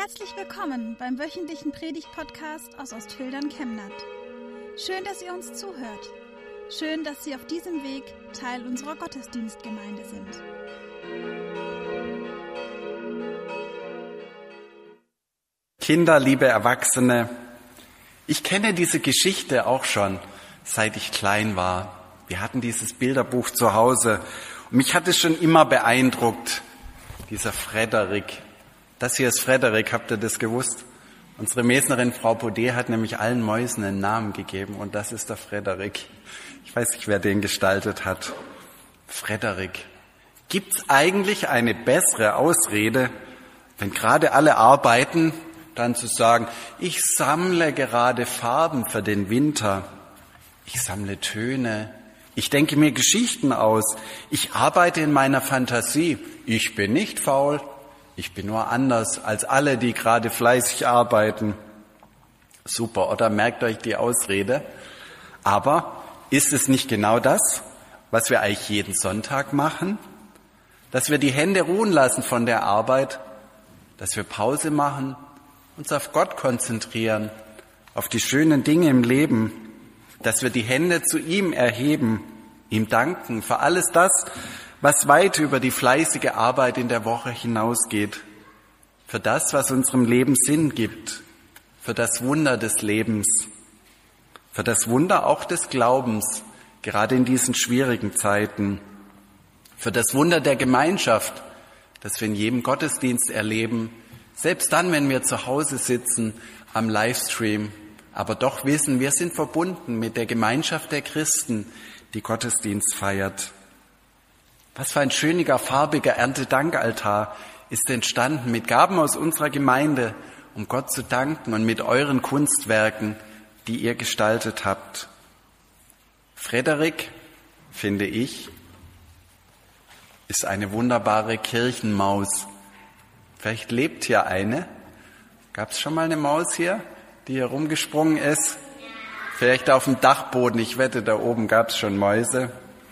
Herzlich willkommen beim wöchentlichen Predigt-Podcast aus Ostfildern-Chemnat. Schön, dass ihr uns zuhört. Schön, dass Sie auf diesem Weg Teil unserer Gottesdienstgemeinde sind. Kinder, liebe Erwachsene, ich kenne diese Geschichte auch schon, seit ich klein war. Wir hatten dieses Bilderbuch zu Hause und mich hat es schon immer beeindruckt, dieser Frederik. Das hier ist Frederik, habt ihr das gewusst? Unsere Mesnerin Frau Baudet hat nämlich allen Mäusen einen Namen gegeben und das ist der Frederik. Ich weiß nicht, wer den gestaltet hat. Frederik. Gibt's eigentlich eine bessere Ausrede, wenn gerade alle arbeiten, dann zu sagen, ich sammle gerade Farben für den Winter, ich sammle Töne, ich denke mir Geschichten aus, ich arbeite in meiner Fantasie, ich bin nicht faul, ich bin nur anders als alle, die gerade fleißig arbeiten. Super, oder? Merkt euch die Ausrede. Aber ist es nicht genau das, was wir eigentlich jeden Sonntag machen? Dass wir die Hände ruhen lassen von der Arbeit, dass wir Pause machen, uns auf Gott konzentrieren, auf die schönen Dinge im Leben, dass wir die Hände zu ihm erheben, ihm danken für alles das, was weit über die fleißige Arbeit in der Woche hinausgeht, für das, was unserem Leben Sinn gibt, für das Wunder des Lebens, für das Wunder auch des Glaubens, gerade in diesen schwierigen Zeiten, für das Wunder der Gemeinschaft, das wir in jedem Gottesdienst erleben, selbst dann, wenn wir zu Hause sitzen am Livestream, aber doch wissen, wir sind verbunden mit der Gemeinschaft der Christen, die Gottesdienst feiert. Was für ein schöner, farbiger Erntedankaltar ist entstanden mit Gaben aus unserer Gemeinde, um Gott zu danken und mit euren Kunstwerken, die ihr gestaltet habt. Frederik, finde ich, ist eine wunderbare Kirchenmaus. Vielleicht lebt hier eine. Gab es schon mal eine Maus hier, die hier rumgesprungen ist? Vielleicht auf dem Dachboden. Ich wette, da oben gab es schon Mäuse.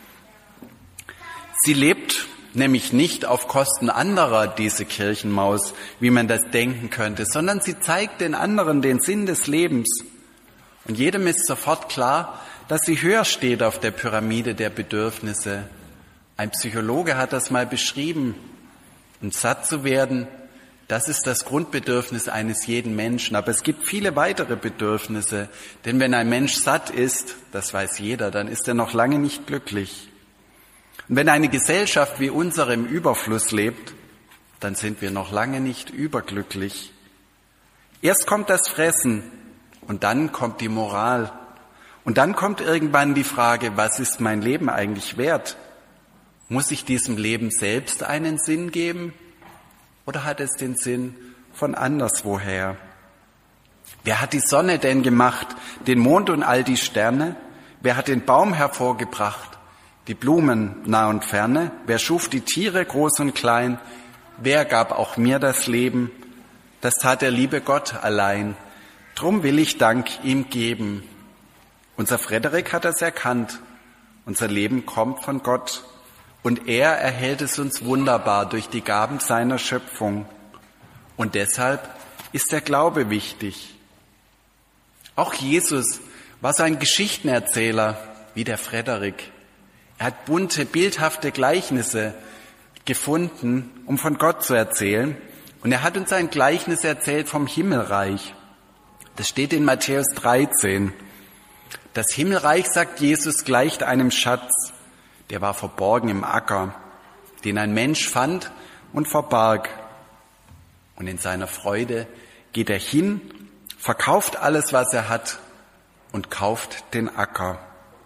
Sie lebt nämlich nicht auf Kosten anderer, diese Kirchenmaus, wie man das denken könnte, sondern sie zeigt den anderen den Sinn des Lebens. Und jedem ist sofort klar, dass sie höher steht auf der Pyramide der Bedürfnisse. Ein Psychologe hat das mal beschrieben. Und satt zu werden, das ist das Grundbedürfnis eines jeden Menschen. Aber es gibt viele weitere Bedürfnisse. Denn wenn ein Mensch satt ist, das weiß jeder, dann ist er noch lange nicht glücklich. Und wenn eine Gesellschaft wie unsere im Überfluss lebt, dann sind wir noch lange nicht überglücklich. Erst kommt das Fressen und dann kommt die Moral. Und dann kommt irgendwann die Frage, was ist mein Leben eigentlich wert? Muss ich diesem Leben selbst einen Sinn geben oder hat es den Sinn von anderswoher? Wer hat die Sonne denn gemacht, den Mond und all die Sterne? Wer hat den Baum hervorgebracht, die Blumen nah und ferne? Wer schuf die Tiere groß und klein? Wer gab auch mir das Leben? Das tat der liebe Gott allein. Drum will ich Dank ihm geben. Unser Frederik hat das erkannt. Unser Leben kommt von Gott. Und er erhält es uns wunderbar durch die Gaben seiner Schöpfung. Und deshalb ist der Glaube wichtig. Auch Jesus war so ein Geschichtenerzähler wie der Frederik. Er hat bunte, bildhafte Gleichnisse gefunden, um von Gott zu erzählen. Und er hat uns ein Gleichnis erzählt vom Himmelreich. Das steht in Matthäus 13. Das Himmelreich, sagt Jesus, gleicht einem Schatz. Der war verborgen im Acker, den ein Mensch fand und verbarg. Und in seiner Freude geht er hin, verkauft alles, was er hat und kauft den Acker.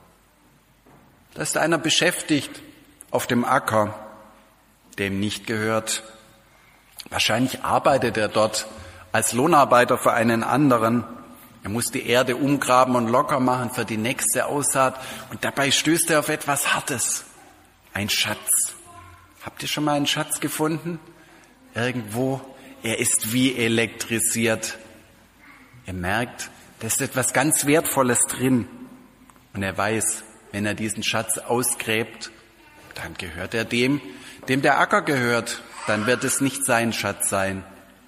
Da ist einer beschäftigt auf dem Acker, der ihm nicht gehört. Wahrscheinlich arbeitet er dort als Lohnarbeiter für einen anderen. Er muss die Erde umgraben und locker machen für die nächste Aussaat. Und dabei stößt er auf etwas Hartes. Ein Schatz. Habt ihr schon mal einen Schatz gefunden? Irgendwo. Er ist wie elektrisiert. Er merkt, da ist etwas ganz Wertvolles drin. Und er weiß, wenn er diesen Schatz ausgräbt, dann gehört er dem der Acker gehört. Dann wird es nicht sein Schatz sein.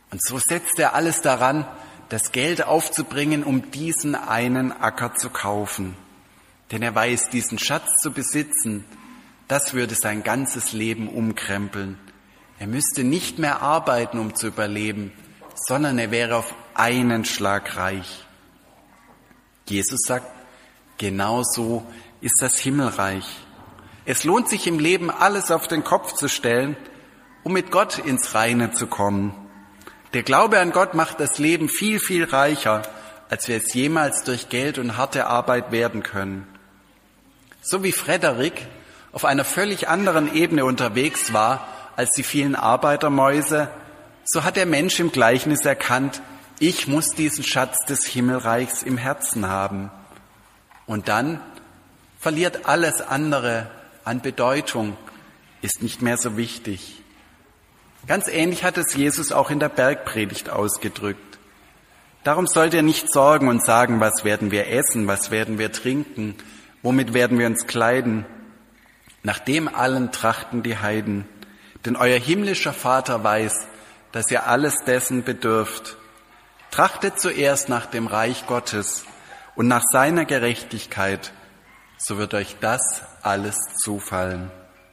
Und so setzt er alles daran, das Geld aufzubringen, um diesen einen Acker zu kaufen. Denn er weiß, diesen Schatz zu besitzen, das würde sein ganzes Leben umkrempeln. Er müsste nicht mehr arbeiten, um zu überleben, sondern er wäre auf einen Schlag reich. Jesus sagt, genau so ist das Himmelreich. Es lohnt sich im Leben, alles auf den Kopf zu stellen, um mit Gott ins Reine zu kommen. Der Glaube an Gott macht das Leben viel, viel reicher, als wir es jemals durch Geld und harte Arbeit werden können. So wie Frederik auf einer völlig anderen Ebene unterwegs war als die vielen Arbeitermäuse, so hat der Mensch im Gleichnis erkannt, ich muss diesen Schatz des Himmelreichs im Herzen haben. Und dann verliert alles andere an Bedeutung, ist nicht mehr so wichtig. Ganz ähnlich hat es Jesus auch in der Bergpredigt ausgedrückt. Darum sollt ihr nicht sorgen und sagen, was werden wir essen, was werden wir trinken, womit werden wir uns kleiden. Nach dem allen trachten die Heiden, denn euer himmlischer Vater weiß, dass ihr alles dessen bedürft. Trachtet zuerst nach dem Reich Gottes und nach seiner Gerechtigkeit, so wird euch das alles zufallen.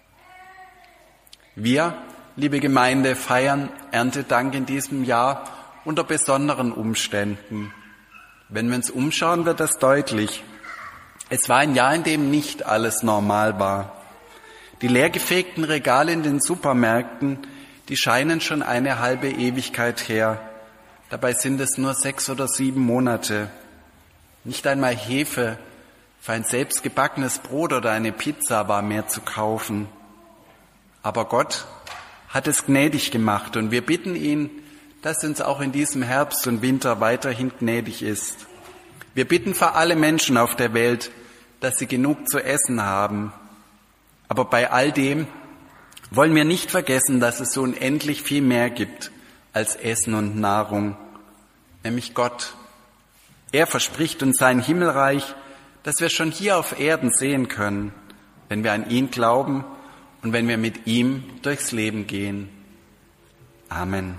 Wir, liebe Gemeinde, feiern Erntedank in diesem Jahr unter besonderen Umständen. Wenn wir uns umschauen, wird das deutlich. Es war ein Jahr, in dem nicht alles normal war. Die leergefegten Regale in den Supermärkten, die scheinen schon eine halbe Ewigkeit her. Dabei sind es nur 6 oder 7 Monate. Nicht einmal Hefe für ein selbstgebackenes Brot oder eine Pizza war mehr zu kaufen. Aber Gott hat es gnädig gemacht und wir bitten ihn, dass uns auch in diesem Herbst und Winter weiterhin gnädig ist. Wir bitten für alle Menschen auf der Welt, dass sie genug zu essen haben. Aber bei all dem wollen wir nicht vergessen, dass es so unendlich viel mehr gibt als Essen und Nahrung, nämlich Gott. Er verspricht uns sein Himmelreich, das wir schon hier auf Erden sehen können, wenn wir an ihn glauben und wenn wir mit ihm durchs Leben gehen. Amen.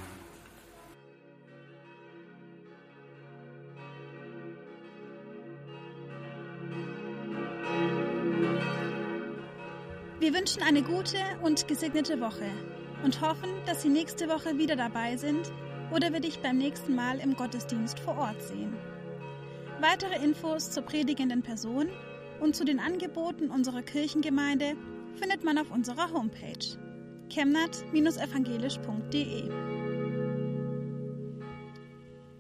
Wir wünschen eine gute und gesegnete Woche und hoffen, dass Sie nächste Woche wieder dabei sind oder wir dich beim nächsten Mal im Gottesdienst vor Ort sehen. Weitere Infos zur predigenden Person und zu den Angeboten unserer Kirchengemeinde findet man auf unserer Homepage chemnat-evangelisch.de.